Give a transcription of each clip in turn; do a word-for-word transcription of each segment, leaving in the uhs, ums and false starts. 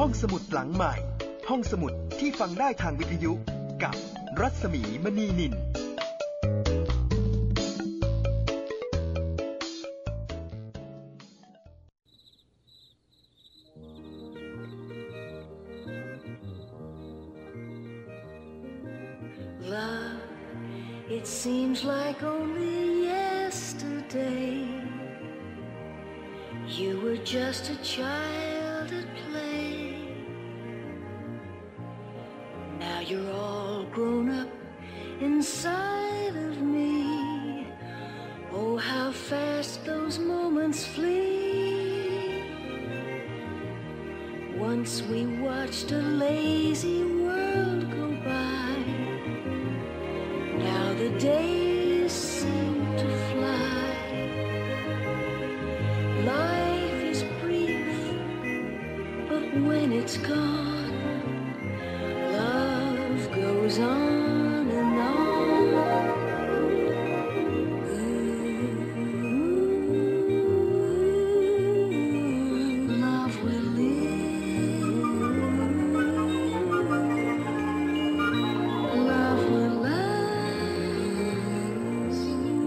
ห้องสมุดหลังใหม่ห้องสมุดที่ฟังได้ทางวิทยุกับรัศมีมณีนิน Love, it seems like only yesterday you were just a child at play. Now you're all grown up inside of me. Oh, how fast those moments flee. Once we watched a lazy world go by.Now the days seem to fly. Life is brief, but when it's gone, love goes on and on. Ooh, love will live.Love will last.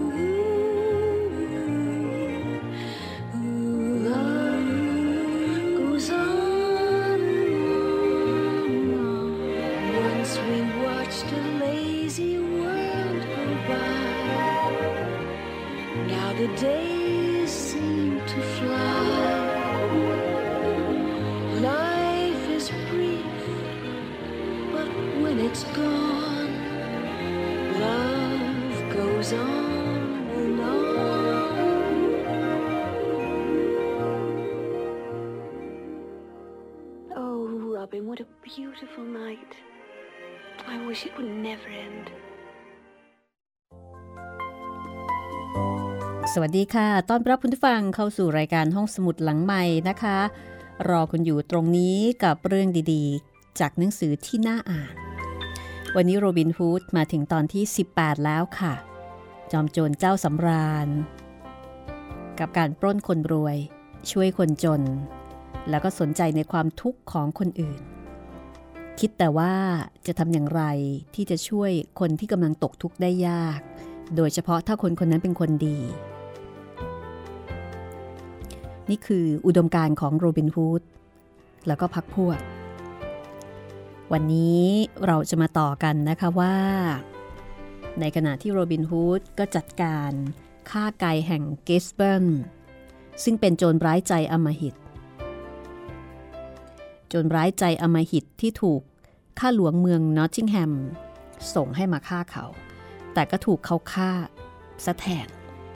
Ooh, love goes on and on. Once we watched a lazy world go by. Now the days seem to fly. Life is brief.But when it's gone, love goes on and on. Oh, Robin, what a beautiful night. I wish it would never end. สวัสดีค่ะต้อนรับคุณผู้ฟังเข้าสู่รายการห้องสมุดหลังใหม่นะคะรอคุณอยู่ตรงนี้กับเรื่องดีๆจากหนังสือที่น่าอ่านวันนี้โรบินฮูดมาถึงตอนที่สิบแปดแล้วค่ะจอมโจรเจ้าสำราญกับการปล้นคนรวยช่วยคนจนแล้วก็สนใจในความทุกข์ของคนอื่นคิดแต่ว่าจะทำอย่างไรที่จะช่วยคนที่กำลังตกทุกข์ได้ยากโดยเฉพาะถ้าคนคนนั้นเป็นคนดีนี่คืออุดมการณ์ของโรบินฮูดแล้วก็พรรคพวกวันนี้เราจะมาต่อกันนะคะว่าในขณะที่โรบินฮูดก็จัดการฆ่าไก่แห่งเกสเบิร์นซึ่งเป็นโจรร้ายใจอำมหิตโจรร้ายใจอำมหิตที่ถูกข้าหลวงเมืองนอตติงแฮมส่งให้มาฆ่าเขาแต่ก็ถูกเขาฆ่าซะแทน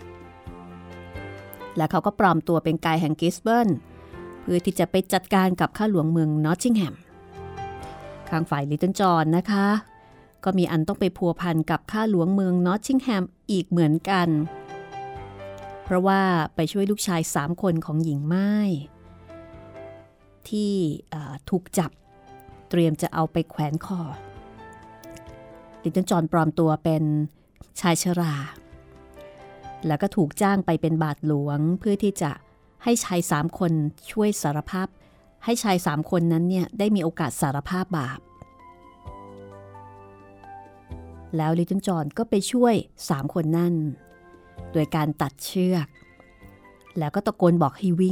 และเขาก็ปลอมตัวเป็นไก่แห่งเกสเบิร์นเพื่อที่จะไปจัดการกับข้าหลวงเมืองนอตติงแฮมข้างฝ่ายลิตเติ้ลจอห์นนะคะก็มีอันต้องไปพัวพันกับข้าหลวงเมืองนอตติงแฮมอีกเหมือนกันเพราะว่าไปช่วยลูกชายสามคนของหญิงม่ายที่ถูกจับเตรียมจะเอาไปแขวนคอลิตเติ้ลจอห์นปลอมตัวเป็นชายชราแล้วก็ถูกจ้างไปเป็นบาทหลวงเพื่อที่จะให้ชายสามคนช่วยสารภาพให้ชายสามคนนั้นเนี่ยได้มีโอกาสสารภาพบาปแล้วลิตเติ้ลจอห์นก็ไปช่วยสามคนนั่นโดยการตัดเชือกแล้วก็ตะโกนบอกให้วิ่ง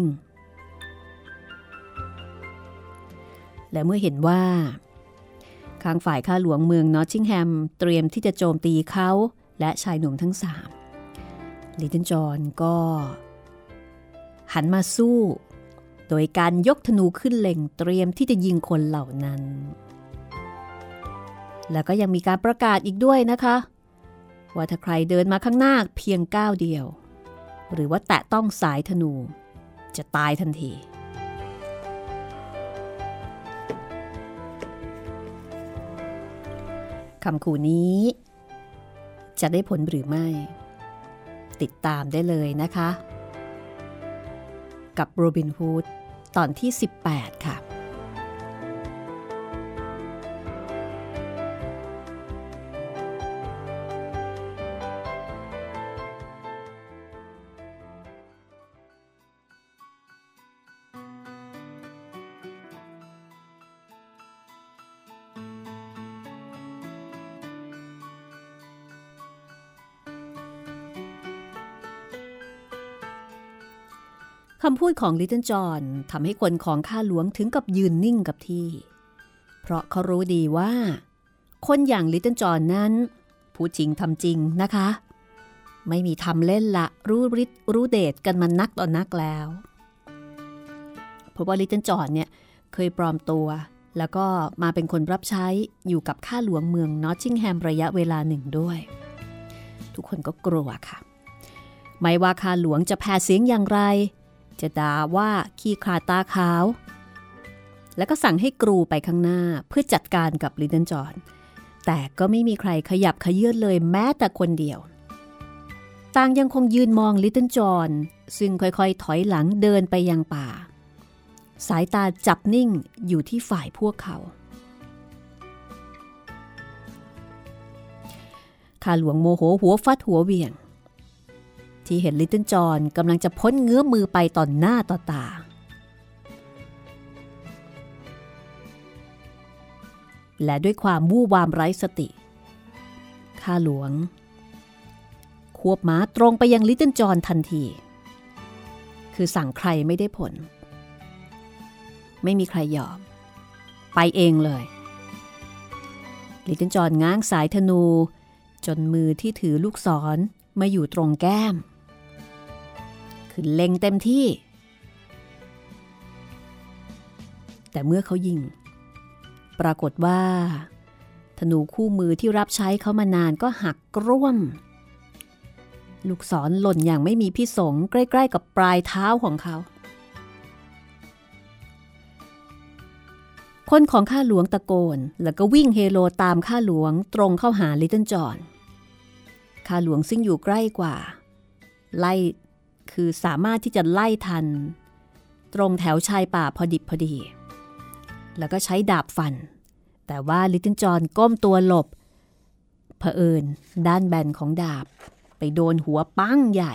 และเมื่อเห็นว่าข้างฝ่ายข้าหลวงเมืองนอตติงแฮมเตรียมที่จะโจมตีเขาและชายหนุ่มทั้งสามลิตเติ้ลจอห์นก็หันมาสู้โดยการยกธนูขึ้นเล็งเตรียมที่จะยิงคนเหล่านั้นแล้วก็ยังมีการประกาศอีกด้วยนะคะว่าถ้าใครเดินมาข้างหน้าเพียงก้าวเดียวหรือว่าแตะต้องสายธนูจะตายทันทีคำขู่นี้จะได้ผลหรือไม่ติดตามได้เลยนะคะกับโรบินฮูดตอนที่สิบแปดค่ะคำพูดของลิตเติ้ลจอห์นทำให้คนของข้าหลวงถึงกับยืนนิ่งกับที่เพราะเขารู้ดีว่าคนอย่างลิตเติ้ลจอห์นนั้นพูดจริงทำจริงนะคะไม่มีทำเล่นละรู้ฤทธิ์รู้เดชกันมานักต่อนักแล้วเพราะว่าลิตเติ้ลจอห์นเนี่ยเคยปลอมตัวแล้วก็มาเป็นคนรับใช้อยู่กับข้าหลวงเมืองนอตติงแฮมระยะเวลาหนึ่งด้วยทุกคนก็กลัวค่ะไม่ว่าข้าหลวงจะแผ่เสียงอย่างไรจะด่าว่าขี้ขลาดตาขาวแล้วก็สั่งให้กรูไปข้างหน้าเพื่อจัดการกับลิตเติ้ลจอห์นแต่ก็ไม่มีใครขยับขยื่นเลยแม้แต่คนเดียวต่างยังคงยืนมองลิตเติ้ลจอห์นซึ่งค่อยๆถอยหลังเดินไปยังป่าสายตาจับนิ่งอยู่ที่ฝ่ายพวกเขาข้าหลวงโมโหหัวฟัดหัวเวียงที่เห็นลิตเติ้ลจอห์นกำลังจะพ้นเงื้อมือไปต่อหน้าต่อตาและด้วยความวู่วามไร้สติข้าหลวงควบม้าตรงไปยังลิตเติ้ลจอห์นทันทีคือสั่งใครไม่ได้ผลไม่มีใครยอมไปเองเลยลิตเติ้ลจอห์นง้างสายธนูจนมือที่ถือลูกศรมาอยู่ตรงแก้มคือเล็งเต็มที่แต่เมื่อเขายิงปรากฏว่าธนูคู่มือที่รับใช้เขามานานก็หักกร่วมลูกศรหล่นอย่างไม่มีพิสงใกล้ๆกับปลายเท้าของเขาคนของข้าหลวงตะโกนแล้วก็วิ่งเฮโลตามข้าหลวงตรงเข้าหาลิตเติ้ลจอห์นข้าหลวงซึ่งอยู่ใกล้กว่าไล่คือสามารถที่จะไล่ทันตรงแถวชายป่าพอดิบพอดีแล้วก็ใช้ดาบฟันแต่ว่าลิตเติ้ลจอห์นก้มตัวหลบเผอิญด้านแบนของดาบไปโดนหัวปั้งใหญ่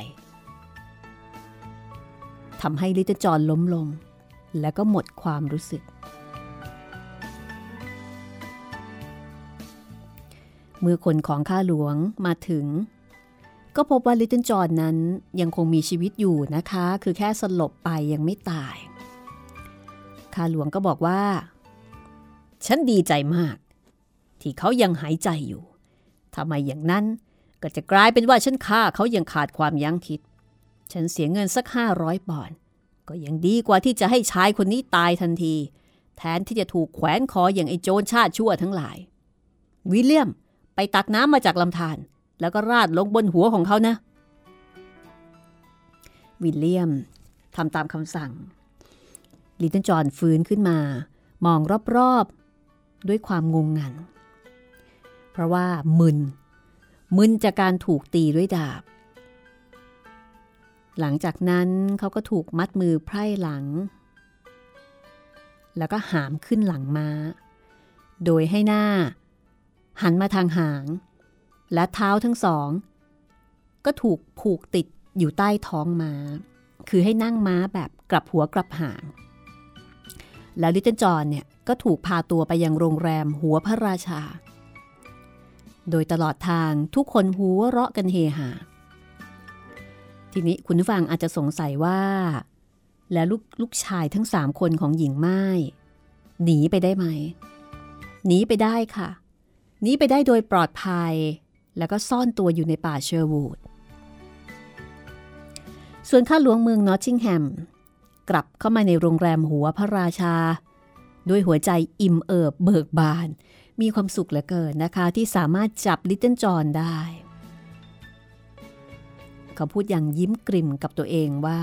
ทำให้ลิตเติ้ลจอห์นล้มลงแล้วก็หมดความรู้สึกเมื่อคนของข้าหลวงมาถึงก็พบว่าลิตเติ้ลจอห์นนั้นยังคงมีชีวิตอยู่นะคะคือแค่สลบไปยังไม่ตายข้าหลวงก็บอกว่าฉันดีใจมากที่เขายังหายใจอยู่ทำไมอย่างนั้นก็จะกลายเป็นว่าฉันฆ่าเขายังขาดความยั้งคิดฉันเสียเงินสักห้าร้อยปอนด์ก็ยังดีกว่าที่จะให้ชายคนนี้ตายทันทีแทนที่จะถูกแขวนคออย่างไอ้โจรชาติชั่วทั้งหลายวิลเลียมไปตักน้ำมาจากลำธารแล้วก็ราดลงบนหัวของเขานะวิลเลียมทำตามคำสั่งลิตเติ้ลจอห์นฟื้นขึ้นมามองรอบๆด้วยความงงงันเพราะว่ามึนมึนจากการถูกตีด้วยดาบหลังจากนั้นเขาก็ถูกมัดมือไพร่หลังแล้วก็หามขึ้นหลังม้าโดยให้หน้าหันมาทางหางและเท้าทั้งสองก็ถูกผูกติดอยู่ใต้ท้องม้าคือให้นั่งม้าแบบกลับหัวกลับหางแล้วลิตเติ้ลจอห์นเนี่ยก็ถูกพาตัวไปยังโรงแรมหัวพระราชาโดยตลอดทางทุกคนหัวเราะกันเฮฮาทีนี้คุณผู้ฟังอาจจะสงสัยว่าแล้วลูกลูกชายทั้งสามคนของหญิงม่ายหนีไปได้ไหมหนีไปได้ค่ะหนีไปได้โดยปลอดภัยแล้วก็ซ่อนตัวอยู่ในป่าเชอร์วูดส่วนข้าหลวงเมืองนอตติงแฮมกลับเข้ามาในโรงแรมหัวพระราชาด้วยหัวใจอิ่มเอิบเบิกบานมีความสุขเหลือเกินนะคะที่สามารถจับลิตเติ้ลจอห์นได้เขาพูดอย่างยิ้มกริ่มกับตัวเองว่า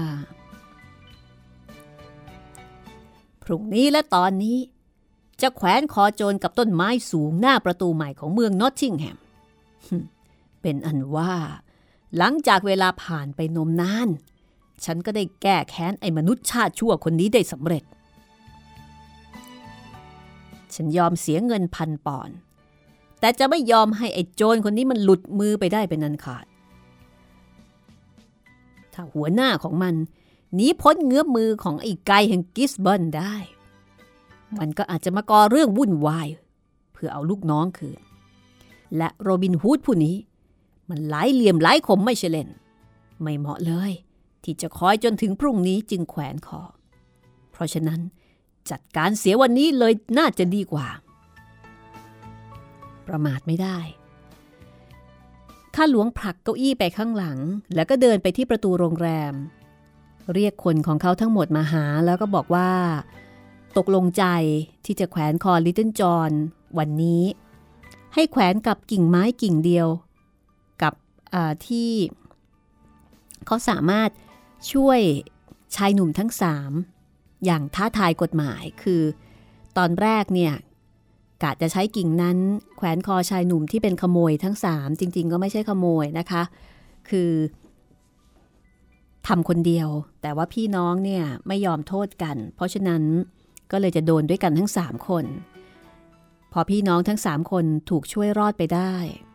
พรุ่งนี้และตอนนี้จะแขวนคอโจรกับต้นไม้สูงหน้าประตูใหม่ของเมืองนอตติงแฮมเป็นอันว่าหลังจากเวลาผ่านไปนมนานฉันก็ได้แก้แค้นไอ้มนุษย์ชาติชั่วคนนี้ได้สำเร็จฉันยอมเสียเงินพันปอนด์แต่จะไม่ยอมให้ไอ้โจรคนนี้มันหลุดมือไปได้เป็นอันขาดถ้าหัวหน้าของมันหนีพ้นเงื้อมมือของไอ้ไกแห่งกิสเบิร์นได้มันก็อาจจะมาก่อเรื่องวุ่นวายเพื่อเอาลูกน้องคืนและโรบินฮูดผู้นี้มันหลายเหลี่ยมหลายคมไม่ใช่เล่นไม่เหมาะเลยที่จะคอยจนถึงพรุ่งนี้จึงแขวนคอเพราะฉะนั้นจัดการเสียวันนี้เลยน่าจะดีกว่าประมาทไม่ได้ข้าหลวงผลักเก้าอี้ไปข้างหลังแล้วก็เดินไปที่ประตูโรงแรมเรียกคนของเขาทั้งหมดมาหาแล้วก็บอกว่าตกลงใจที่จะแขวนคอลิตเติ้ลจอห์นวันนี้ให้แขวนกับกิ่งไม้กิ่งเดียวกับที่เขาสามารถช่วยชายหนุ่มทั้งสามอย่างท้าทายกฎหมายคือตอนแรกเนี่ยกะจะใช้กิ่งนั้นแขวนคอชายหนุ่มที่เป็นขโมยทั้งสามจริงๆก็ไม่ใช่ขโมยนะคะคือทำคนเดียวแต่ว่าพี่น้องเนี่ยไม่ยอมโทษกันเพราะฉะนั้นก็เลยจะโดนด้วยกันทั้งสามคนพอพี่น้องทั้งสามคนถูกช่วยรอดไปได้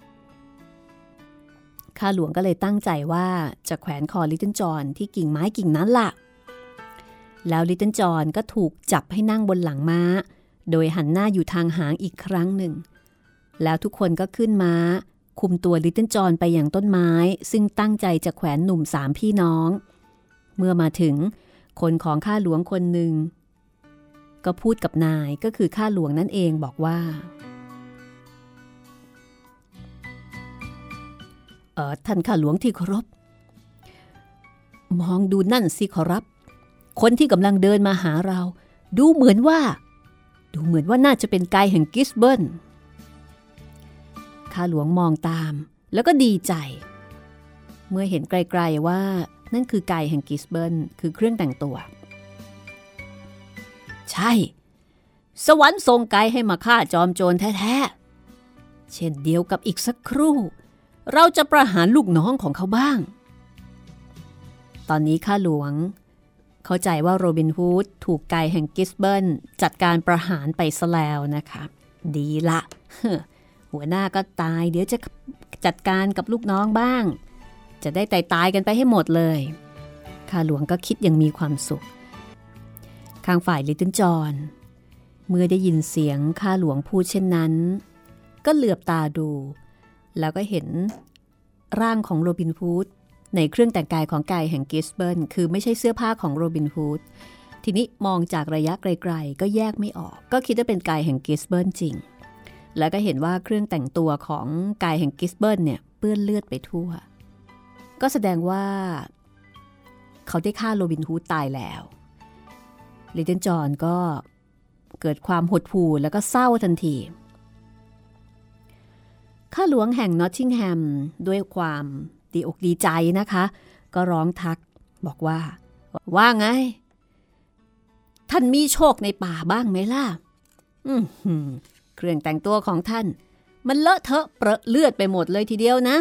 ข้าหลวงก็เลยตั้งใจว่าจะแขวนคอลิตเติ้ลจอห์นที่กิ่งไม้กิ่งนั้นล่ะแล้วลิตเติ้ลจอห์นก็ถูกจับให้นั่งบนหลังม้าโดยหันหน้าอยู่ทางหางอีกครั้งหนึ่งแล้วทุกคนก็ขึ้นม้าคุมตัวลิตเติ้ลจอห์นไปอย่างต้นไม้ซึ่งตั้งใจจะแขวนหนุ่มสามพี่น้องเมื่อมาถึงคนของข้าหลวงคนหนึ่งก็พูดกับนายก็คือข้าหลวงนั่นเองบอกว่าเออท่านข้าหลวงที่เคารพมองดูนั่นสิขอรับคนที่กำลังเดินมาหาเราดูเหมือนว่าดูเหมือนว่าน่าจะเป็นไกด์แห่งกิสเบิร์นข้าหลวงมองตามแล้วก็ดีใจเมื่อเห็นไกลๆว่านั่นคือไกด์แห่งกิสเบิร์นคือเครื่องแต่งตัวใช่สวรรค์ทรงไกด์ให้มาฆ่าจอมโจรแท้ๆเช่นเดียวกับอีกสักครู่เราจะประหารลูกน้องของเขาบ้างตอนนี้ข้าหลวงเข้าใจว่าโรบินฮูดถูกไกด์แห่งกิสเบิร์นจัดการประหารไปซะแล้วนะคะดีละหัวหน้าก็ตายเดี๋ยวจะจัดการกับลูกน้องบ้างจะได้ตายตายกันไปให้หมดเลยข้าหลวงก็คิดอย่างมีความสุขข้างฝ่ายลิตเติ้ลจอห์นเมื่อได้ยินเสียงข้าหลวงพูดเช่นนั้นก็เหลือบตาดูแล้วก็เห็นร่างของโรบินฮูดในเครื่องแต่งกายของไกด์แห่งกิสเบิร์นคือไม่ใช่เสื้อผ้าของโรบินฮูดทีนี้มองจากระยะไกลๆก็แยกไม่ออกก็คิดว่าเป็นไกด์แห่งกิสเบิร์นจริงแล้วก็เห็นว่าเครื่องแต่งตัวของไกด์แห่งกิสเบิร์นเนี่ยเปื้อนเลือดไปทั่วก็แสดงว่าเขาได้ฆ่าโรบินฮูดตายแล้วลิตเติ้ลจอห์นก็เกิดความหดหู่แล้วก็เศร้าทันทีข้าหลวงแห่งนอตติงแฮมด้วยความดีอกดีใจนะคะก็ร้องทักบอกว่าว่าไงท่านมีโชคในป่าบ้างไหมล่ะอืมเครื่องแต่งตัวของท่านมันเลอะเทอะเปรอะเลือดไปหมดเลยทีเดียวนะ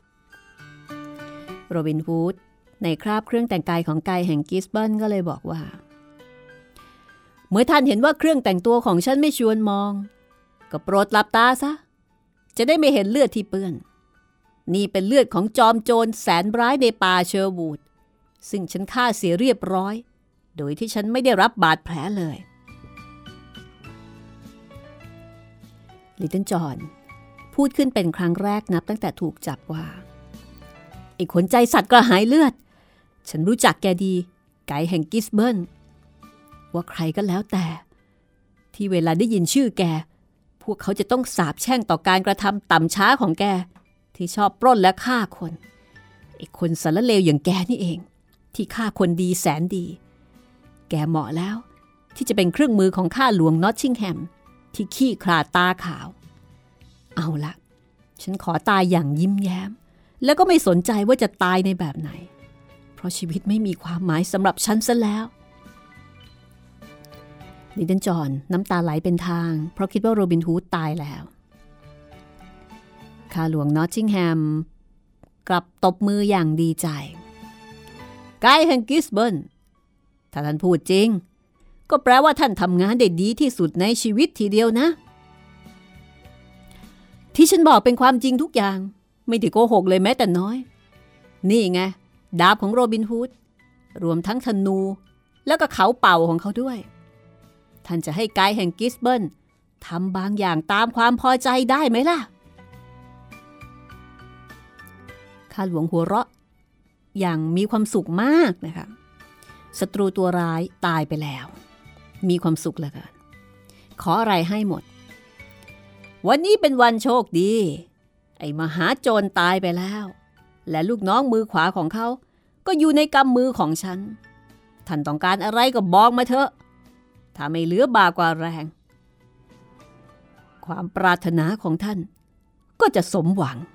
โรบินฮูดในคราบเครื่องแต่งกายของไกด์แห่งกิสเบิร์นก็เลยบอกว่าเมื่อท่านเห็นว่าเครื่องแต่งตัวของฉันไม่ชวนมองก็โปรดหลับตาซะจะได้ไม่เห็นเลือดที่เปื้อนนี่เป็นเลือดของจอมโจรแสนร้ายในป่าเชอร์วูดซึ่งฉันฆ่าเสียเรียบร้อยโดยที่ฉันไม่ได้รับบาดแผลเลยลิตเติ้ลจอห์นพูดขึ้นเป็นครั้งแรกนับตั้งแต่ถูกจับว่าไอ้คนใจสัตว์กระหายเลือดฉันรู้จักแกดีไกด์แห่งกิสเบิร์นว่าใครก็แล้วแต่ที่เวลาได้ยินชื่อแกพวกเขาจะต้องสาปแช่งต่อการกระทำต่ำช้าของแกที่ชอบปล้นและฆ่าคนไอ้คนสารเลวอย่างแกนี่เองที่ฆ่าคนดีแสนดีแกเหมาะแล้วที่จะเป็นเครื่องมือของข้าหลวงนอตติงแฮมที่ขี้ขลาดตาขาวเอาละฉันขอตายอย่างยิ้มแย้มแล้วก็ไม่สนใจว่าจะตายในแบบไหนเพราะชีวิตไม่มีความหมายสำหรับฉันซะแล้วลิตเติ้ลจอห์นน้ำตาไหลเป็นทางเพราะคิดว่าโรบินฮูดตายแล้วข้าหลวงนอตติงแฮมกลับตบมืออย่างดีใจไกด์แห่งกิสเบิร์นถ้าท่านพูดจริงก็แปลว่าท่านทำงานได้ดีที่สุดในชีวิตทีเดียวนะที่ฉันบอกเป็นความจริงทุกอย่างไม่ได้โกหกเลยแม้แต่น้อยนี่ไงดาบของโรบินฮูดรวมทั้งธนูแล้วก็เขาเป่าของเขาด้วยท่านจะให้ไกด์แห่งกิสเบิร์นทำบางอย่างตามความพอใจได้ไหมล่ะข้าหลวงหัวเราะอย่างมีความสุขมากนะคะศัตรูตัวร้ายตายไปแล้วมีความสุขเหลือเกินขออะไรให้หมดวันนี้เป็นวันโชคดีไอ้มหาโจรตายไปแล้วและลูกน้องมือขวาของเขาก็อยู่ในกำมือของฉันท่านต้องการอะไรก็บอกมาเถอะถ้าไม่เหลือบากว่าแรงความปรารถนาของท่านก็จะสมหวัง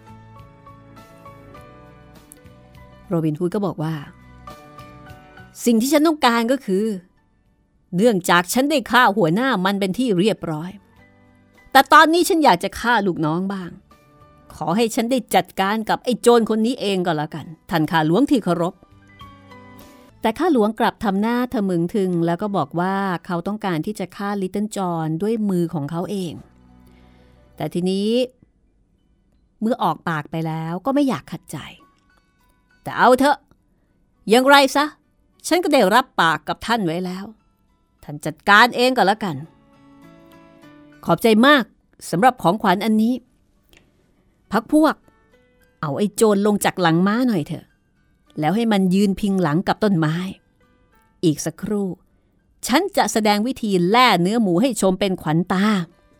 โรบินฮูดก็บอกว่าสิ่งที่ฉันต้องการก็คือเนื่องจากฉันได้ฆ่าหัวหน้ามันเป็นที่เรียบร้อยแต่ตอนนี้ฉันอยากจะฆ่าลูกน้องบ้างขอให้ฉันได้จัดการกับไอ้โจรคนนี้เองก็แล้วกันท่านข้าหลวงที่เคารพแต่ข้าหลวงกลับทำหน้าทะมึงทึงแล้วก็บอกว่าเขาต้องการที่จะฆ่าลิตเติ้ลจอห์นด้วยมือของเขาเองแต่ทีนี้เมื่อออกปากไปแล้วก็ไม่อยากขัดใจแต่เอาเถอะอย่างไรซะฉันก็ได้รับปากกับท่านไว้แล้วท่านจัดการเองก็แล้วกันขอบใจมากสำหรับของขวัญอันนี้พักพวกเอาไอ้โจรลงจากหลังม้าหน่อยเถอะแล้วให้มันยืนพิงหลังกับต้นไม้อีกสักครู่ฉันจะแสดงวิธีแล่เนื้อหมูให้ชมเป็นขวัญตา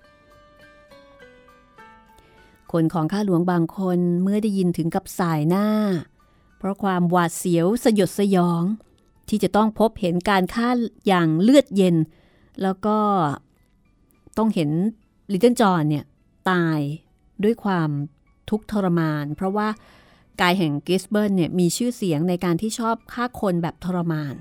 คนของข้าหลวงบางคนเมื่อได้ยินถึงกับสายหน้าเพราะความหวาดเสียวสยดสยองที่จะต้องพบเห็นการฆ่าอย่างเลือดเย็นแล้วก็ต้องเห็นลิตเติ้ลจอห์นเนี่ยตายด้วยความทุกข์ทรมานเพราะว่ากายแห่งกิสเบิร์นเนี่ยมีชื่อเสียงในการที่ชอบฆ่าคนแบบทรมาน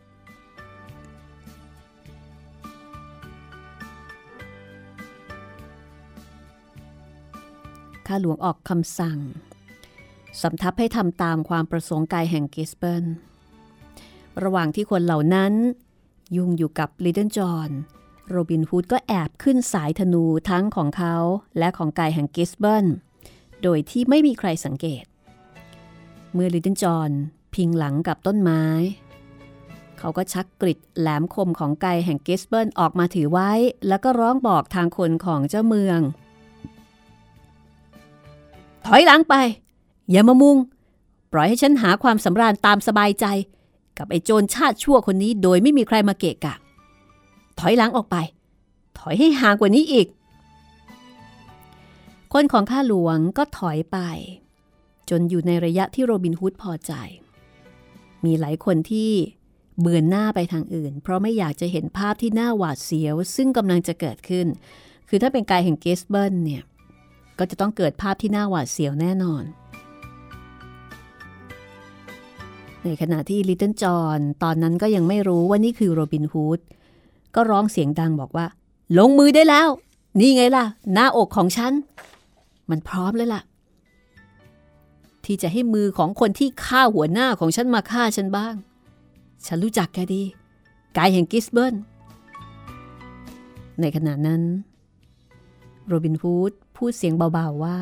ข้าหลวงออกคำสั่งสำทับให้ทำตามความประสงค์กายแห่งกิสเบิร์นระหว่างที่คนเหล่านั้นยุ่งอยู่กับลิตเติ้ลจอห์นโรบินฮูดก็แอบขึ้นสายธนูทั้งของเขาและของกายแห่งกิสเบิร์นโดยที่ไม่มีใครสังเกตเมื่อลิตเติ้ลจอห์นพิงหลังกับต้นไม้เขาก็ชักกริดแหลมคมของกายแห่งกิสเบิร์นออกมาถือไว้แล้วก็ร้องบอกทางคนของเจ้าเมืองถอยหลังไปอย่ามามุงปล่อยให้ฉันหาความสำราญตามสบายใจกับไอ้โจรชาติชั่วคนนี้โดยไม่มีใครมาเกะกะถอยหลังออกไปถอยให้ห่างกว่านี้อีกคนของข้าหลวงก็ถอยไปจนอยู่ในระยะที่โรบินฮูดพอใจมีหลายคนที่เบือนหน้าไปทางอื่นเพราะไม่อยากจะเห็นภาพที่น่าหวาดเสียวซึ่งกำลังจะเกิดขึ้นคือถ้าเป็นกายแห่งกิสเบิร์นเนี่ยก็จะต้องเกิดภาพที่น่าหวาดเสียวแน่นอนในขณะที่ลิตเติ้ลจอห์นตอนนั้นก็ยังไม่รู้ว่านี่คือโรบินฮูดก็ร้องเสียงดังบอกว่าลงมือได้แล้วนี่ไงล่ะหน้าอกของฉันมันพร้อมแล้วล่ะที่จะให้มือของคนที่ฆ่าหัวหน้าของฉันมาฆ่าฉันบ้างฉันรู้จักแกดีกายแห่งกิสเบิร์นในขณะนั้นโรบินฮูดพูดเสียงเบาๆว่า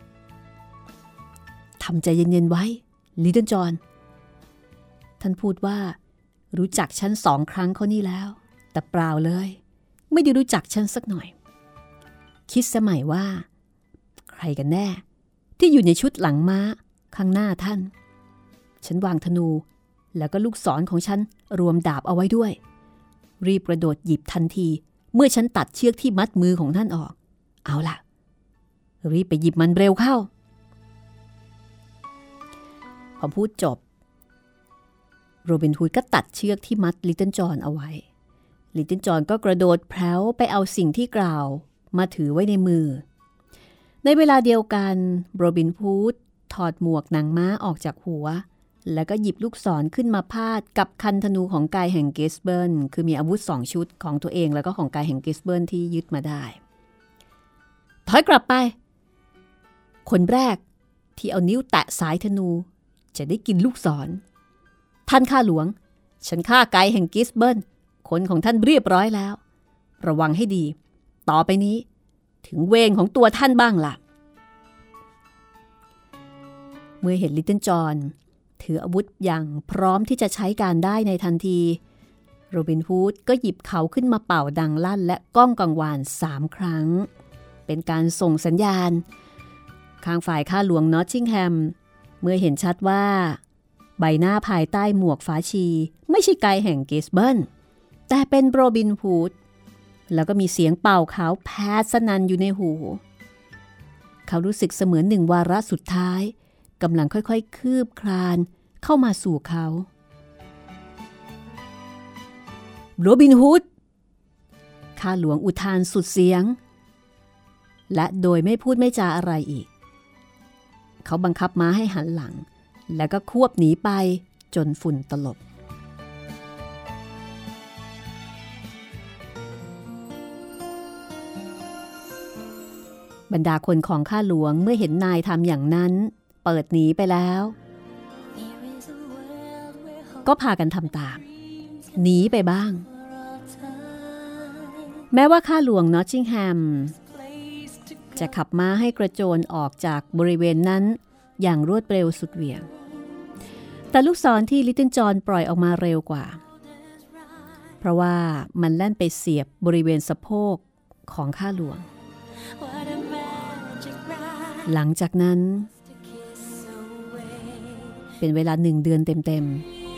ทำใจเย็นๆไว้ลิตเติ้ลจอห์นท่านพูดว่ารู้จักฉันสองครั้งเขานี่แล้วแต่เปล่าเลยไม่ได้รู้จักฉันสักหน่อยคิดสมัยว่าใครกันแน่ที่อยู่ในชุดหลังม้าข้างหน้าท่านฉันวางธนูแล้วก็ลูกศรของฉันรวมดาบเอาไว้ด้วยรีบกระโดดหยิบทันทีเมื่อฉันตัดเชือกที่มัดมือของท่านออกเอาล่ะรีบไปหยิบมันเร็วเข้าพอพูดจบโรบินฮูดก็ตัดเชือกที่มัดลิตเติ้ลจอห์นเอาไว้ลิตเติ้ลจอห์นก็กระโดดแพร้วไปเอาสิ่งที่กล่าวมาถือไว้ในมือในเวลาเดียวกันโรบินฮูดถอดหมวกหนังม้าออกจากหัวแล้วก็หยิบลูกศรขึ้นมาพาดกับคันธนูของกายแห่งกิสเบิร์นคือมีอาวุธสองชุดของตัวเองแล้วก็ของกายแห่งกิสเบิร์นที่ยึดมาได้ถอยกลับไปคนแรกที่เอานิ้วแตะสายธนูจะได้กินลูกศรท่านข้าหลวงฉันฆ่ากายแห่งกิสเบิร์นคนของท่านเรียบร้อยแล้วระวังให้ดีต่อไปนี้ถึงเวรของตัวท่านบ้างล่ะเมื่อเห็นลิตเติ้ลจอห์นถืออาวุธอย่างพร้อมที่จะใช้การได้ในทันทีโรบินฮูดก็หยิบเขาขึ้นมาเป่าดังลั่นและก้องกังวานสามครั้งเป็นการส่งสัญญาณข้างฝ่ายข้าหลวงนอตติงแฮมเมื่อเห็นชัดว่าใบหน้าภายใต้หมวกฟ้าชีไม่ใช่ไกด์แห่งเกสเบิลแต่เป็นโรบินฮูดแล้วก็มีเสียงเป่าขาวแผดสนั่นอยู่ในหูเขารู้สึกเสมือนหนึ่งวาระสุดท้ายกำลังค่อยๆคืบคลานเข้ามาสู่เขาโรบินฮูดข้าหลวงอุทานสุดเสียงและโดยไม่พูดไม่จาอะไรอีกเขาบังคับม้าให้หันหลังแล้วก็ควบหนีไปจนฝุ่นตลบบรรดาคนของข้าหลวงเมื่อเห็นนายทำอย่างนั้นเปิดหนีไปแล้วก็พากันทำตามหนีไปบ้างแม้ว่าข้าหลวงนอตติงแฮมจะขับม้าให้กระโจนออกจากบริเวณนั้นอย่างรวดเร็วสุดเหวี่ยงแต่ลูกศรที่ลิตเติ้ลจอห์นปล่อยออกมาเร็วกว่าเพราะว่ามันแล่นไปเสียบบริเวณสะโพกของข้าหลวงหลังจากนั้นเป็นเวลาหนึ่งเดือนเต็ม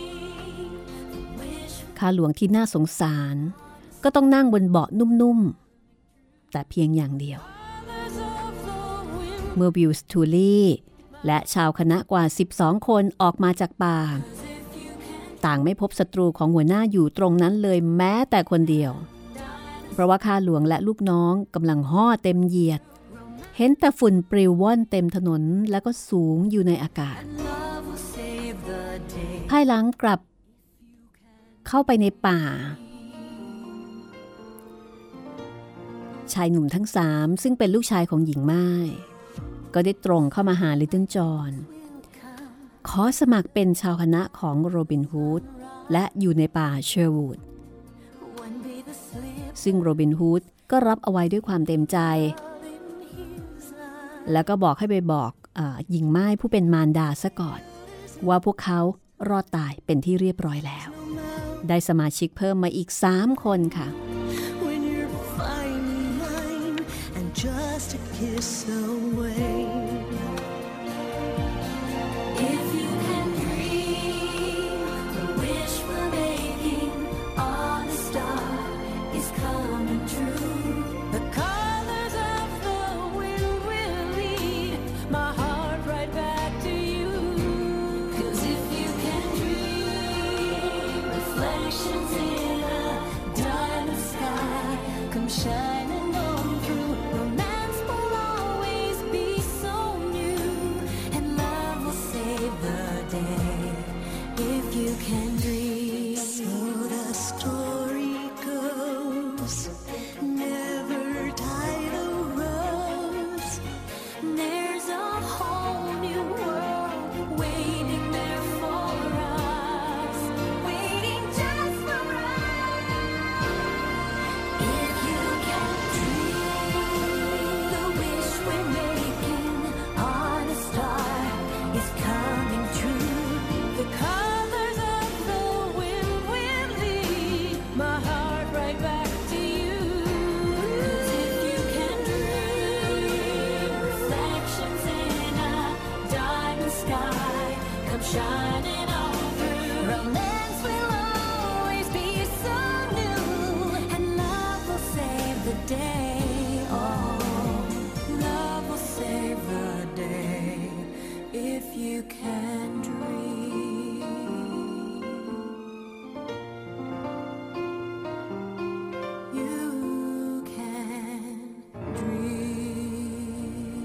ๆข้าหลวงที่น่าสงสารก็ต้องนั่งบนเบาะนุ่มๆแต่เพียงอย่างเดียวเมื่อวิลส์ทูลี่และชาวคณะกว่าสิบสองคนออกมาจากป่าต่างไม่พบศัตรูของหัวหน้าอยู่ตรงนั้นเลยแม้แต่คนเดียวเพราะว่าข้าหลวงและลูกน้องกำลังห่อเต็มเหยียดเห็นแต่ฝุ่นปลิวว่อนเต็มถนนแล้วก็สูงอยู่ในอากาศภายหลังกลับเข้าไปในป่าชายหนุ่มทั้งสามซึ่งเป็นลูกชายของหญิงม่ายก็ได้ตรงเข้ามาหาลิตเติ้ลจอห์นขอสมัครเป็นชาวคณะของโรบินฮูดและอยู่ในป่าเชอร์วูดซึ่งโรบินฮูดก็รับเอาไว้ด้วยความเต็มใจแล้วก็บอกให้ไปบอกอ่าหญิงม่ายผู้เป็นมารดาซะก่อนว่าพวกเขารอดตายเป็นที่เรียบร้อยแล้วได้สมาชิกเพิ่มมาอีกสามคนค่ะ Just a kiss away. If you can dream, the wish we're making on a star is coming true. The colors of the wind will lead my heart right back to you. 'Cause if you can dream, reflections in a diamond sky come shining on through. Romance will always be so new, and love will save the day if you can dream. So the story goes, never die the rose. There's a whole new world waiting there for us, waiting just for us. If you can dream, the wish we're making on a star is coming true. The colors of the wind will lead my heart right back to you. 'Cause if you can dream, reflections in a diamond sky come shining on through. Romance will always be so new, and love will save the day. Oh, love will save the day if you can dream. You can dream.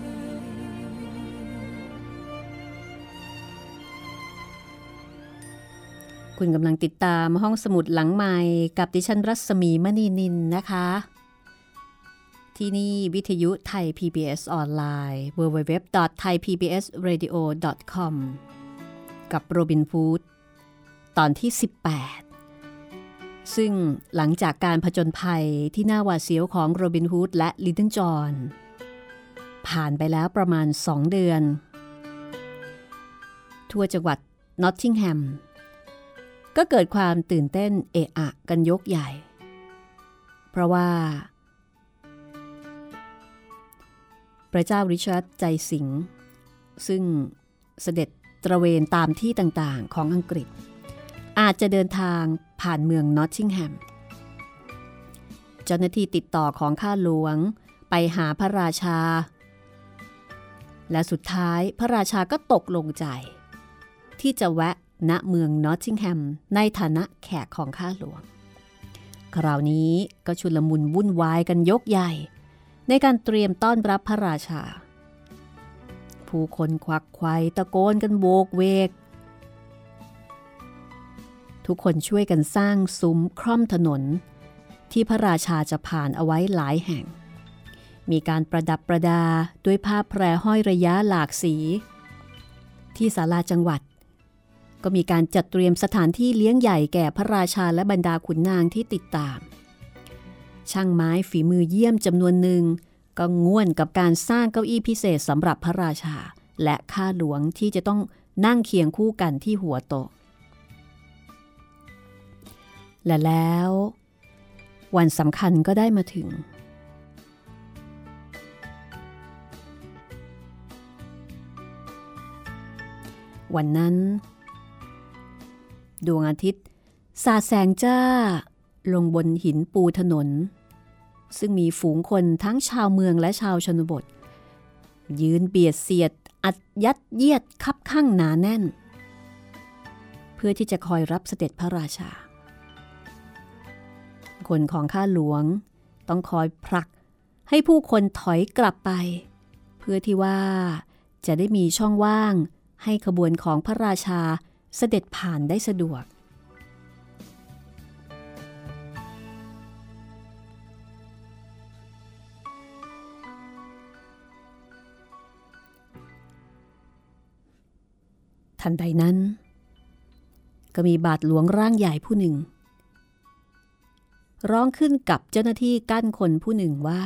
คุณกำลังติดตามห้องสมุดหลังใหม่กับดิฉันรัศมีมณีนินนะคะ ที่นี่วิทยุไทย พี บี เอส ออนไลน์ ดับเบิลยู ดับเบิลยู ดับเบิลยู ดอท ไทย พี บี เอส เรดิโอ ดอท คอม กับโรบินฮูดตอนที่สิบแปดซึ่งหลังจากการผจญภัยที่น่าหวาดเสียวของโรบินฮูดและลิตเติ้ลจอห์นผ่านไปแล้วประมาณสองเดือนทั่วจังหวัดนอตติงแฮมก็เกิดความตื่นเต้นเอะอะกันยกใหญ่ เพราะว่าพระเจ้าริชาร์ดใจสิงห์ซึ่งเสด็จตระเวนตามที่ต่างๆของอังกฤษอาจจะเดินทางผ่านเมืองนอตติงแฮมเจ้าหน้าที่ติดต่อของข้าหลวงไปหาพระราชาและสุดท้ายพระราชาก็ตกลงใจที่จะแวะณเมืองนอตติงแฮมในฐานะแขกของข้าหลวงคราวนี้ก็ชุลมุนวุ่นวายกันยกใหญ่ในการเตรียมต้อนรับพระราชาผู้คนควักไขว่ตะโกนกันโวกเวกทุกคนช่วยกันสร้างซุ้มคร่อมถนนที่พระราชาจะผ่านเอาไว้หลายแห่งมีการประดับประดาด้วยผ้าแพรห้อยระยะหลากสีที่ศาลาจังหวัดก็มีการจัดเตรียมสถานที่เลี้ยงใหญ่แก่พระราชาและบรรดาขุนนางที่ติดตามช่างไม้ฝีมือเยี่ยมจำนวนหนึ่งก็ง่วนกับการสร้างเก้าอี้พิเศษสำหรับพระราชาและข้าหลวงที่จะต้องนั่งเคียงคู่กันที่หัวโต๊ะและแล้ววันสำคัญก็ได้มาถึงวันนั้นดวงอาทิตย์สาดแสงจ้าลงบนหินปูถนนซึ่งมีฝูงคนทั้งชาวเมืองและชาวชนบทยืนเบียดเสียดอัดยัดเยียดคับข้างหนาแน่นเพื่อที่จะคอยรับเสด็จพระราชาคนของข้าหลวงต้องคอยผลักให้ผู้คนถอยกลับไปเพื่อที่ว่าจะได้มีช่องว่างให้ขบวนของพระราชาเสด็จผ่านได้สะดวกทันใดนั้นก็มีบาทหลวงร่างใหญ่ผู้หนึ่งร้องขึ้นกับเจ้าหน้าที่กั้นคนผู้หนึ่งว่า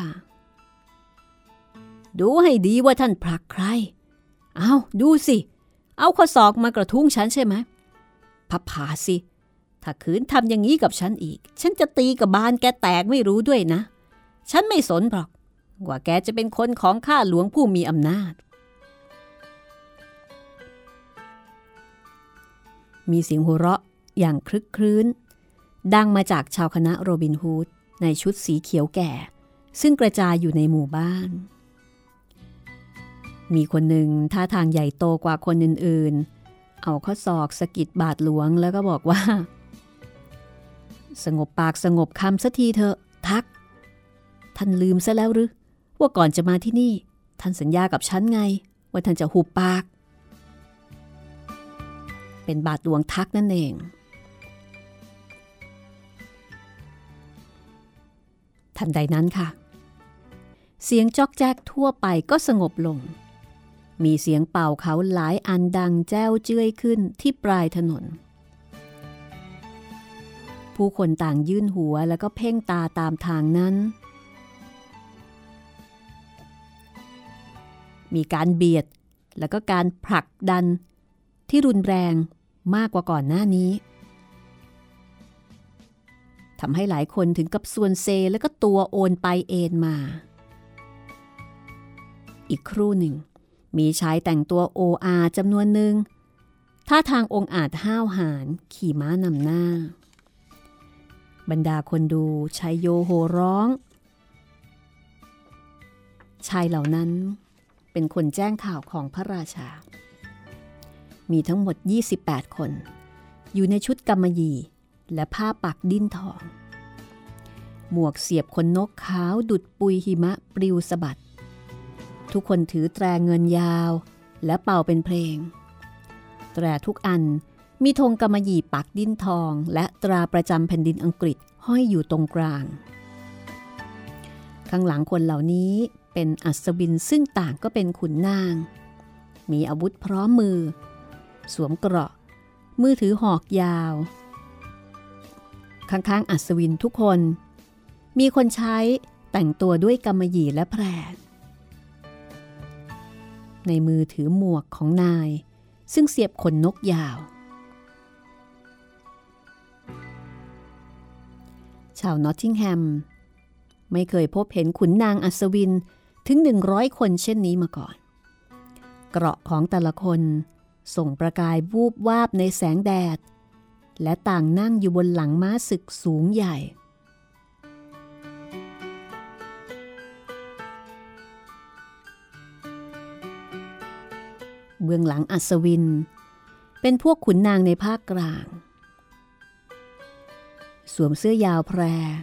ดูให้ดีว่าท่านผลักใครเอาดูสิเอาข้อศอกมากระทุ้งฉันใช่ไหมพับผาสิถ้าขืนทำอย่างนี้กับฉันอีกฉันจะตีกับบานแกแตกไม่รู้ด้วยนะฉันไม่สนหรอกว่าแกจะเป็นคนของข้าหลวงผู้มีอำนาจมีเสียงหัวเราะอย่างคลึกครื้นดังมาจากชาวคณะโรบินฮูดในชุดสีเขียวแก่ซึ่งกระจายอยู่ในหมู่บ้านมีคนหนึ่งท่าทางใหญ่โตกว่าคนอื่นๆเอาข้อศอกสะกิดบาทหลวงแล้วก็บอกว่าสงบปากสงบคำสักทีเถอะทักท่านลืมซะแล้วหรือว่าก่อนจะมาที่นี่ท่านสัญญากับฉันไงว่าท่านจะหุบปากเป็นบาทหลวงทักนั่นเองทันใดนั้นค่ะเสียงจ๊อกแจ๊กทั่วไปก็สงบลงมีเสียงเป่าเขาหลายอันดังแจ้วเจ้ยขึ้นที่ปลายถนนผู้คนต่างยื่นหัวแล้วก็เพ่งตาตามทางนั้นมีการเบียดแล้วก็การผลักดันที่รุนแรงมากกว่าก่อนหน้านี้ทำให้หลายคนถึงกับส่วนเซแล้วก็ตัวโอนไปเอนมาอีกครู่หนึ่งมีชายแต่งตัวโออาจำนวนหนึ่งท่าทางองอาจห้าวหาญขี่ม้านำหน้าบรรดาคนดูชายโยโห่ร้องชายเหล่านั้นเป็นคนแจ้งข่าวของพระราชามีทั้งหมดยี่สิบแปดคนอยู่ในชุดกำมะหยี่และผ้าปักดิ้นทองหมวกเสียบขนนกขาวดุจปุยหิมะปลิวสะบัดทุกคนถือแตรเงินยาวและเป่าเป็นเพลงแตรทุกอันมีธงกำมะหยี่ปักดิ้นทองและตราประจำแผ่นดินอังกฤษห้อยอยู่ตรงกลางข้างหลังคนเหล่านี้เป็นอัศวินซึ่งต่างก็เป็นขุนนางมีอาวุธพร้อมมือสวมเกราะมือถือหอกยาวข้างๆอัศวินทุกคนมีคนใช้แต่งตัวด้วยกำมะหยี่และแพรในมือถือหมวกของนายซึ่งเสียบขนนกยาวชาวนอตติงแฮมไม่เคยพบเห็นขุนนางอัศวินถึงหนึ่งร้อยคนเช่นนี้มาก่อนเกราะของแต่ละคนส่งประกายวูบวาบในแสงแดดและต่างนั่งอยู่บนหลังม้าศึกสูงใหญ่เบื้องหลังอัศวินเป็นพวกขุนนางในภาคกลางสวมเสื้อยาวแพร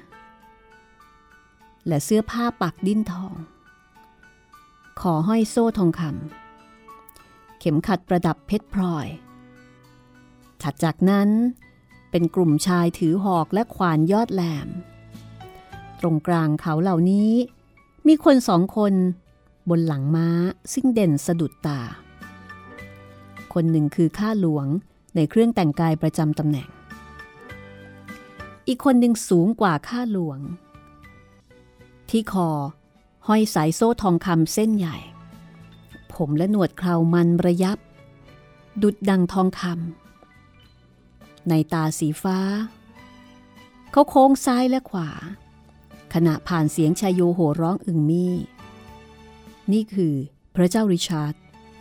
และเสื้อผ้าปักดิ้นทองขอห้อยโซ่ทองคำเข็มขัดประดับเพชรพลอยถัดจากนั้นเป็นกลุ่มชายถือหอกและขวานยอดแหลมตรงกลางเขาเหล่านี้มีคนสองคนบนหลังม้าซึ่งเด่นสะดุดตาคนหนึ่งคือข้าหลวงในเครื่องแต่งกายประจำตำแหน่งอีกคนหนึ่งสูงกว่าข้าหลวงที่คอห้อยสายโซ่ทองคำเส้นใหญ่ผมและหนวดเครามันระยับดุจดังทองคำในตาสีฟ้าเขาโค้งซ้ายและขวาขณะผ่านเสียงชายโยโห่ร้องอึ่งมี่นี่คือพระเจ้าริชาร์ด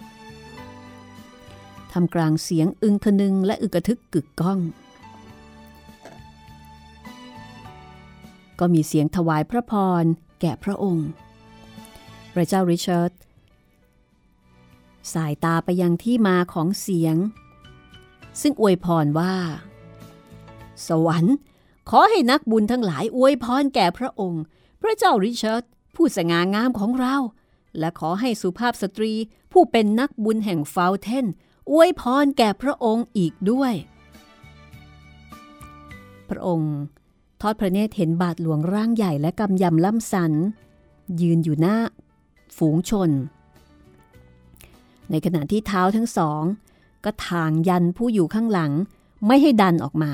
ทำกลางเสียงอึงคนึงและอึกกระทึกกึกก้องก็มีเสียงถวายพระพรแก่พระองค์พระเจ้าริชาร์ดสายตาไปยังที่มาของเสียงซึ่งอวยพรว่าสวรรค์ขอให้นักบุญทั้งหลายอวยพรแก่พระองค์พระเจ้าริชาร์ดผู้สง่างามของเราและขอให้สุภาพสตรีผู้เป็นนักบุญแห่งฟาวเทนอวยพรแก่พระองค์อีกด้วยพระองค์ทอดพระเนตรเห็นบาทหลวงร่างใหญ่และกำยำล่ำสันยืนอยู่หน้าฝูงชนในขณะที่เท้าทั้งสองก็ทางยันผู้อยู่ข้างหลังไม่ให้ดันออกมา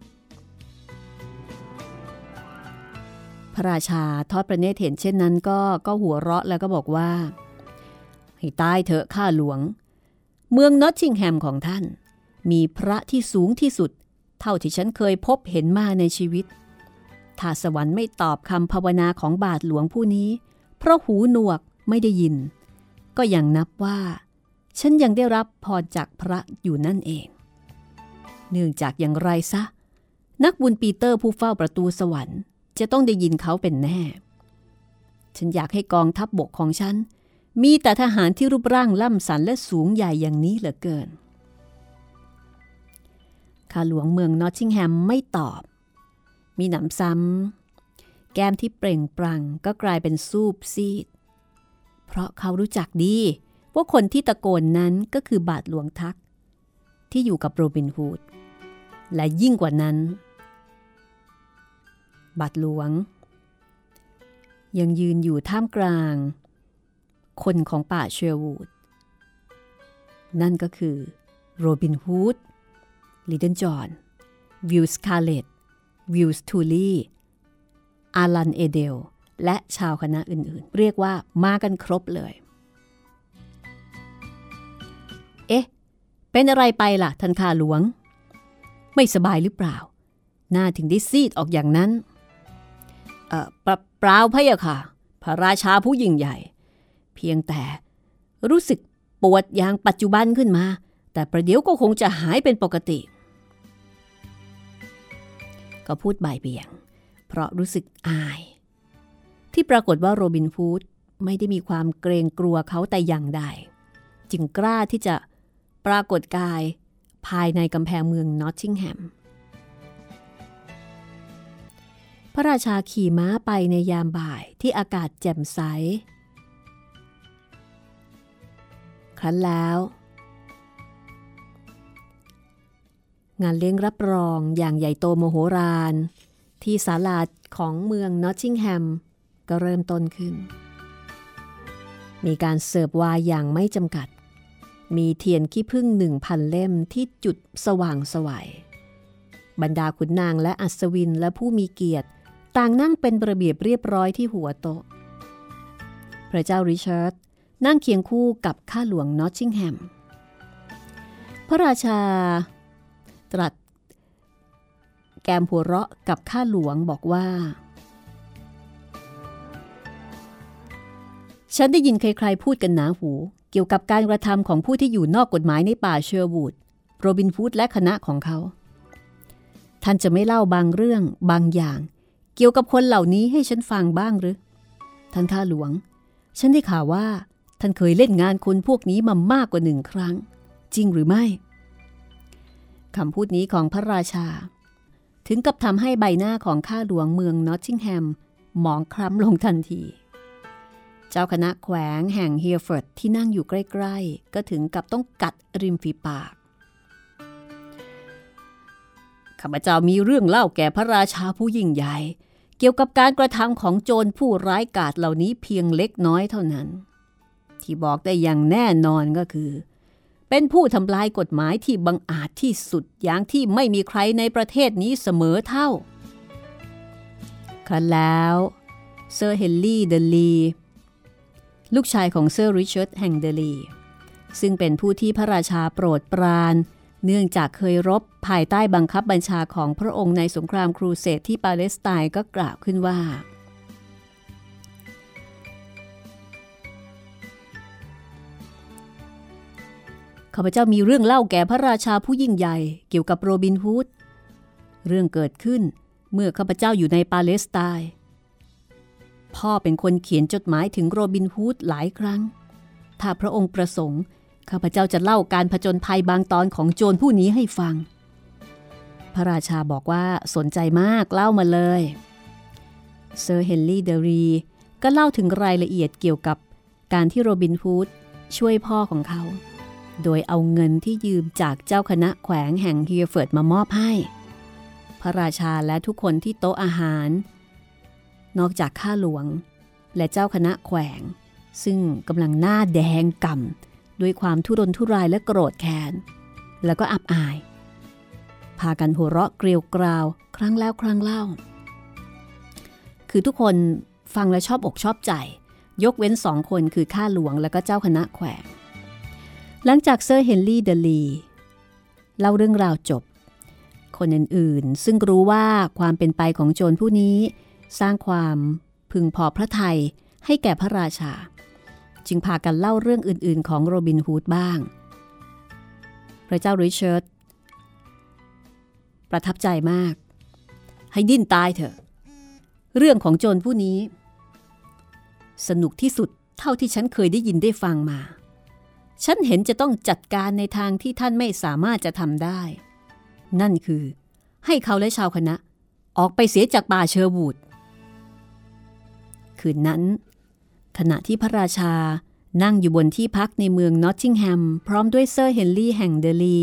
พระราชาทอดพระเนตรเห็นเช่นนั้นก็ก็หัวเราะแล้วก็บอกว่าให้ตายเถอะข้าหลวงเมืองนอตติงแฮมของท่านมีพระที่สูงที่สุดเท่าที่ฉันเคยพบเห็นมาในชีวิตถ้าสวรรค์ไม่ตอบคำภาวนาของบาทหลวงผู้นี้เพราะหูหนวกไม่ได้ยินก็ยังนับว่าฉันยังได้รับพรจากพระอยู่นั่นเองเนื่องจากอย่างไรซะนักบุญปีเตอร์ผู้เฝ้าประตูสวรรค์จะต้องได้ยินเขาเป็นแน่ฉันอยากให้กองทัพบกของฉันมีแต่ทหารที่รูปร่างล่ำสันและสูงใหญ่อย่างนี้เหลือเกินข้าหลวงเมืองนอตติงแฮมไม่ตอบมีหนำซ้ำแก้มที่เปล่งปลั่งก็กลายเป็นซูบซีดเพราะเขารู้จักดีว่าคนที่ตะโกนนั้นก็คือบาทหลวงทักที่อยู่กับโรบินฮูดและยิ่งกว่านั้นบาทหลวงยังยืนอยู่ท่ามกลางคนของป่าเชอร์วูดนั่นก็คือโรบินฮูดลิตเติ้ลจอห์นวิลสคาร์เลตวิลส์ทูลีอารันเอเดลและชาวคณะอื่นๆเรียกว่ามากันครบเลยเอ๊ะเป็นอะไรไปล่ะท่านข้าหลวงไม่สบายหรือเปล่าหน้าถึงได้ซีดออกอย่างนั้นเอ่อเปล่าพะยะค่ะพระราชาผู้ยิ่งใหญ่เพียงแต่รู้สึกปวดอย่างปัจจุบันขึ้นมาแต่ประเดี๋ยวก็คงจะหายเป็นปกติก็พูดบ่ายเบี่ยงเพราะรู้สึกอายที่ปรากฏว่าโรบินฮูดไม่ได้มีความเกรงกลัวเขาแต่อย่างใดจึงกล้าที่จะปรากฏกายภายในกำแพงเมืองนอตติงแฮมพระราชาขี่ม้าไปในยามบ่ายที่อากาศแจ่มใสครั้นแล้วงานเลี้ยงรับรองอย่างใหญ่โตมโหฬารที่ศาลาของเมืองนอตติงแฮมก็เริ่มต้นขึ้นมีการเสิร์ฟไวน์อย่างไม่จำกัดมีเทียนขี้ผึ้งหนึ่งพันเล่มที่จุดสว่างไสวบรรดาขุนนางและอัศวินและผู้มีเกียรติต่างนั่งเป็นระเบียบเรียบร้อยที่หัวโต๊ะพระเจ้าริชาร์ดนั่งเคียงคู่กับข้าหลวงนอตติงแฮมพระราชาตรัสแกมหัวเราะกับข้าหลวงบอกว่าฉันได้ยินใครๆพูดกันหนาหูเกี่ยวกับการกระทำของผู้ที่อยู่นอกกฎหมายในป่าเชอร์วูดโรบินฮูดและคณะของเขาท่านจะไม่เล่าบางเรื่องบางอย่างเกี่ยวกับคนเหล่านี้ให้ฉันฟังบ้างหรือท่านข้าหลวงฉันได้ข่าวว่าท่านเคยเล่นงานคนพวกนี้มามากกว่าหนึ่งครั้งจริงหรือไม่คำพูดนี้ของพระราชาถึงกับทำให้ใบหน้าของข้าหลวงเมืองนอตติงแฮมหมองคล้ำลงทันทีเจ้าคณะแขวงแห่งเฮียร์ฟอร์ดที่นั่งอยู่ใกล้ๆก็ถึงกับต้องกัดริมฝีปากข้าพเจ้ามีเรื่องเล่าแก่พระราชาผู้ยิ่งใหญ่เกี่ยวกับการกระทำของโจรผู้ร้ายกาจเหล่านี้เพียงเล็กน้อยเท่านั้นที่บอกได้อย่างแน่นอนก็คือเป็นผู้ทำลายกฎหมายที่บังอาจที่สุดอย่างที่ไม่มีใครในประเทศนี้เสมอเท่าครั้นแล้วเซอร์เฮนรี่เดลีลูกชายของเซอร์ริชาร์ดแห่งเดลีซึ่งเป็นผู้ที่พระราชาโปรดปรานเนื่องจากเคยรบภายใต้บังคับบัญชาของพระองค์ในสงครามครูเสดที่ปาเลสไตน์ก็กล่าวขึ้นว่าข้าพเจ้ามีเรื่องเล่าแก่พระราชาผู้ยิ่งใหญ่เกี่ยวกับโรบินฮูดเรื่องเกิดขึ้นเมื่อข้าพเจ้าอยู่ในปาเลสไตน์พ่อเป็นคนเขียนจดหมายถึงโรบินฮูดหลายครั้งถ้าพระองค์ประสงค์ข้าพเจ้าจะเล่าการผจญภัยบางตอนของโจรผู้นี้ให้ฟังพระราชาบอกว่าสนใจมากเล่ามาเลยเซอร์เฮนรี่เดรีก็เล่าถึงรายละเอียดเกี่ยวกับการที่โรบินฮูดช่วยพ่อของเขาโดยเอาเงินที่ยืมจากเจ้าคณะแขวงแห่งเฮียร์ฟอร์ดมามอบให้พระราชาและทุกคนที่โต๊ะอาหารนอกจากข้าหลวงและเจ้าคณะแขวงซึ่งกำลังหน้าแดงก่ำด้วยความทุรนทุรายและโกรธแค้นแล้วก็อับอายพากันหัวเราะเกลียวกราวครั้งแล้วครั้งเล่าคือทุกคนฟังและชอบอกชอบใจยกเว้นสองคนคือข้าหลวงและก็เจ้าคณะแขวงหลังจากเซอร์เฮนรี่เดลีเล่าเรื่องราวจบคนอื่นๆซึ่งรู้ว่าความเป็นไปของโจรผู้นี้สร้างความพึงพอพระทัยให้แก่พระราชาจึงพากันเล่าเรื่องอื่นๆของโรบินฮูดบ้างพระเจ้าริชาร์ดประทับใจมากให้ดิ้นตายเถอะเรื่องของโจรผู้นี้สนุกที่สุดเท่าที่ฉันเคยได้ยินได้ฟังมาฉันเห็นจะต้องจัดการในทางที่ท่านไม่สามารถจะทำได้นั่นคือให้เขาและชาวคณะออกไปเสียจากป่าเชอร์วูดคืนนั้นขณะที่พระราชานั่งอยู่บนที่พักในเมืองนอตติงแฮมพร้อมด้วยเซอร์เฮนรี่แห่งเดลี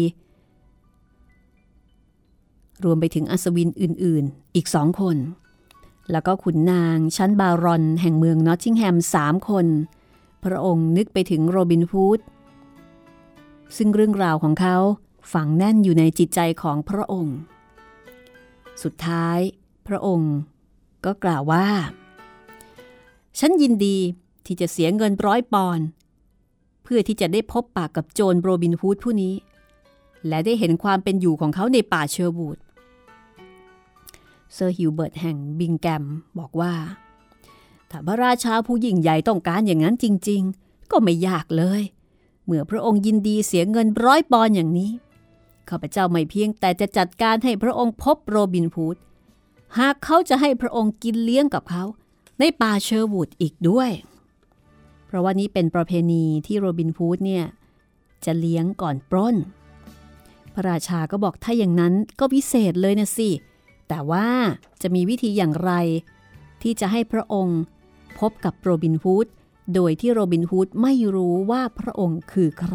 รวมไปถึงอัศวินอื่นๆอีกสองคนแล้วก็ขุนนางชั้นบารอนแห่งเมืองนอตติงแฮมสามคนพระองค์นึกไปถึงโรบินฮูดซึ่งเรื่องราวของเขาฝังแน่นอยู่ในจิตใจของพระองค์สุดท้ายพระองค์ก็กล่าวว่าฉันยินดีที่จะเสียเงินร้อยปอนด์เพื่อที่จะได้พบปากกับโจรโรบินฮูดผู้นี้และได้เห็นความเป็นอยู่ของเขาในป่าเชอร์วูดเซอร์ฮิวเบิร์ตแห่งบิงแกมบอกว่าถ้าพระราชาผู้ยิ่งใหญ่ต้องการอย่างนั้นจริงๆก็ไม่ยากเลยเมื่อพระองค์ยินดีเสียเงินร้อยปอนด์อย่างนี้ข้าพเจ้าไม่เพียงแต่จะจัดการให้พระองค์พบโรบินฮูดหากเขาจะให้พระองค์กินเลี้ยงกับเขาในป่าเชอร์วูดอีกด้วยเพราะว่านี้เป็นประเพณีที่โรบินฮูดเนี่ยจะเลี้ยงก่อนปล้นพระราชาก็บอกถ้าอย่างนั้นก็พิเศษเลยนะสิแต่ว่าจะมีวิธีอย่างไรที่จะให้พระองค์พบกับโรบินฮูดโดยที่โรบินฮูดไม่รู้ว่าพระองค์คือใคร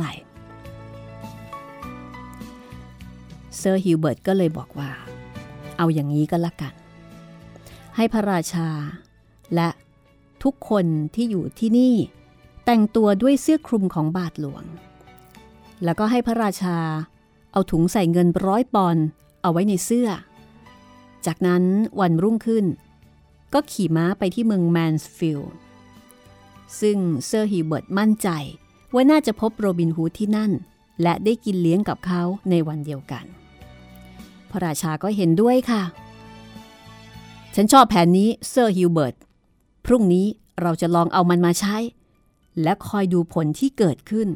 เซอร์ฮิวเบิร์ตก็เลยบอกว่าเอาอย่างนี้ก็แล้วกันให้พระราชาและทุกคนที่อยู่ที่นี่แต่งตัวด้วยเสื้อคลุมของบาทหลวงแล้วก็ให้พระราชาเอาถุงใส่เงินร้อยปอนด์เอาไว้ในเสื้อจากนั้นวันรุ่งขึ้นก็ขี่ม้าไปที่เมืองแมนส์ฟิลด์ซึ่งเซอร์ฮิวเบิร์ตมั่นใจว่าน่าจะพบโรบินฮูดที่นั่นและได้กินเลี้ยงกับเขาในวันเดียวกันพระราชาก็เห็นด้วยค่ะฉันชอบแผนนี้เซอร์ฮิวเบิร์ตพรุ่งนี้เราจะลองเอามันมาใช้และคอยดูผลที่เกิดขึ้น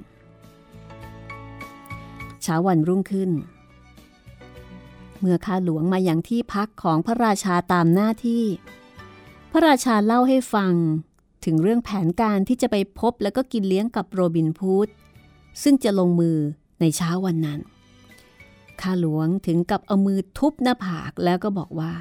เช้าวันรุ่งขึ้นเมื่อข้าหลวงมายังที่พักของพระราชาตามหน้าที่พระราชาเล่าให้ฟังถึงเรื่องแผนการที่จะไปพบแล้วก็กินเลี้ยงกับโรบินฮูดซึ่งจะลงมือในเช้าวันนั้นข้าหลวงถึงกับเอามือทุบหน้าผากแล้วก็บอกว่า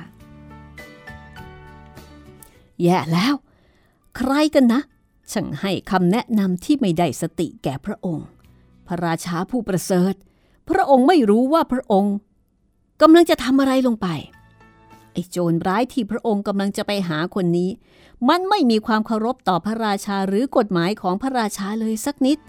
แย่แล้วใครกันนะช่างให้คำแนะนำที่ไม่ได้สติแก่พระองค์พระราชาผู้ประเสริฐพระองค์ไม่รู้ว่าพระองค์กำลังจะทำอะไรลงไปไอ้โจรร้ายที่พระองค์กำลังจะไปหาคนนี้มันไม่มีความเคารพต่อพระราชาหรือกฎหมายของพระราชาเลยสักนิด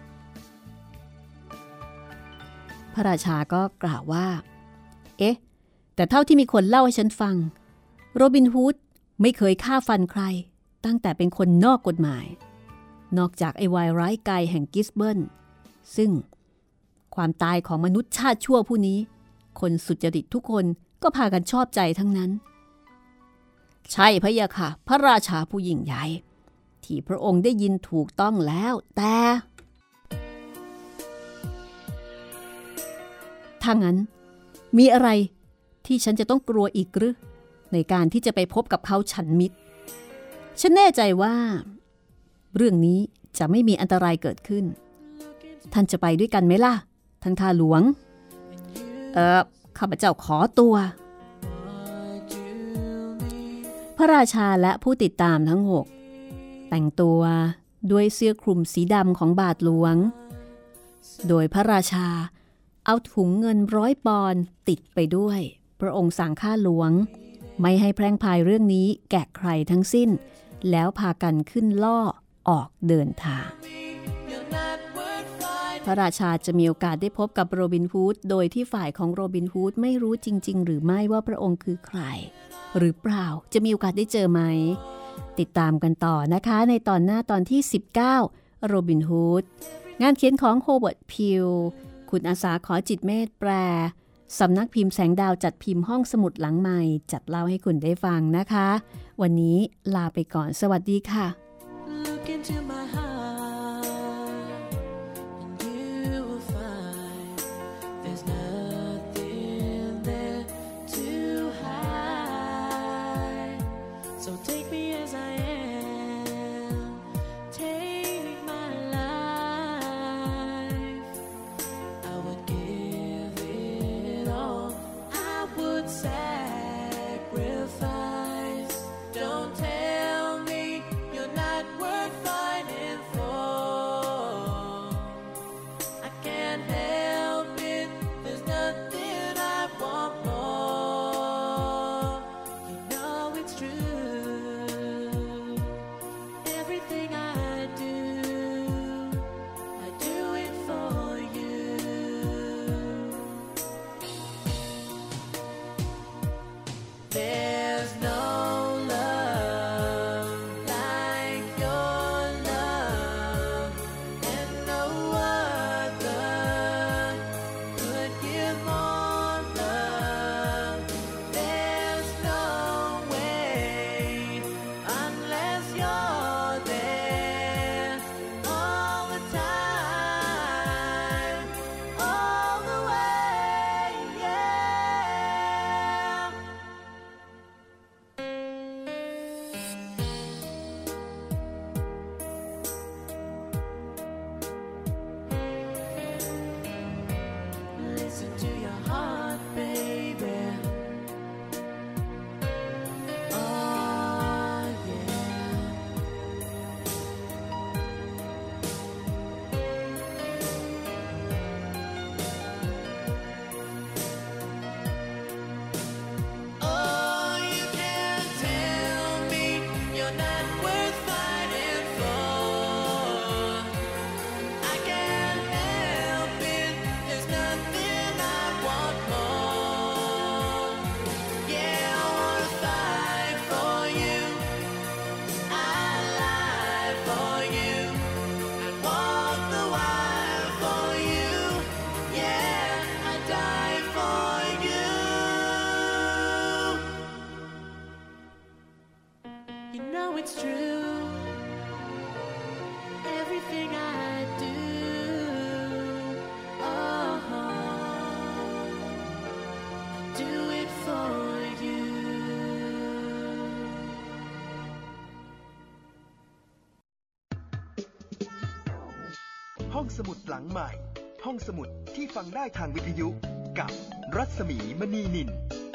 พระราชาก็กล่าวว่าเอ๊ะแต่เท่าที่มีคนเล่าให้ฉันฟังโรบินฮูดไม่เคยฆ่าฟันใครตั้งแต่เป็นคนนอกกฎหมายนอกจากไอ้วายร้ายกายแห่งกิสเบิลซึ่งความตายของมนุษย์ชาติชั่วผู้นี้คนสุจริตทุกคนก็พากันชอบใจทั้งนั้นใช่พะยะค่ะพระราชาผู้ยิ่งใหญ่ที่พระองค์ได้ยินถูกต้องแล้วแต่ถ้างั้นมีอะไรที่ฉันจะต้องกลัวอีกหรือในการที่จะไปพบกับเขาฉันมิตรฉันแน่ใจว่าเรื่องนี้จะไม่มีอันตรายเกิดขึ้นท่านจะไปด้วยกันไหมล่ะท่านข้าหลวงเออข้าพเจ้าขอตัวพระราชาและผู้ติดตามทั้งหกแต่งตัวด้วยเสื้อคลุมสีดำของบาทหลวงโดยพระราชาเอาถุงเงินร้อยปอนด์ติดไปด้วยพระองค์สั่งข้าหลวงไม่ให้แพร่งพรายเรื่องนี้แก่ใครทั้งสิ้นแล้วพากันขึ้นล่อออกเดินทางพระราชาจะมีโอกาสได้พบกับโรบินฮูดโดยที่ฝ่ายของโรบินฮูดไม่รู้จริงๆหรือไม่ว่าพระองค์คือใครหรือเปล่าจะมีโอกาสได้เจอไหมติดตามกันต่อนะคะในตอนหน้าตอนที่สิบเก้าโรบินฮูดงานเขียนของโฮเวิร์ดพิวคุณอาสาขอจิตเมธแปลสำนักพิมพ์แสงดาวจัดพิมพ์ห้องสมุดหลังใหม่จัดเล่าให้คุณได้ฟังนะคะวันนี้ลาไปก่อนสวัสดีค่ะ Look into my heart, and you will find there's nothing there to hide. So take me as I am, take my life. I would give it all, I would sacrifice. Don't tell me you're not worth fighting for. I can't help it, there's nothing I want more. You know it's true. Everything I do, I do it for you. There's no love like your love, and no other could give more love. There's no way unless you're there all the time, all the way, yeah. Listen to your heart, baby. Oh, yeah. Oh, you can't tell me you're not worth fighting for. I can't help it, there's nothing I want more. Yeah, I wanna fight for you, I lie for you, I walk the wire for you. Yeah, I die for you. You know it's true. Every ห้องสมุดหลังใหม่ห้องสมุดที่ฟังได้ทางวิทยุกับรัศมีมณีนิน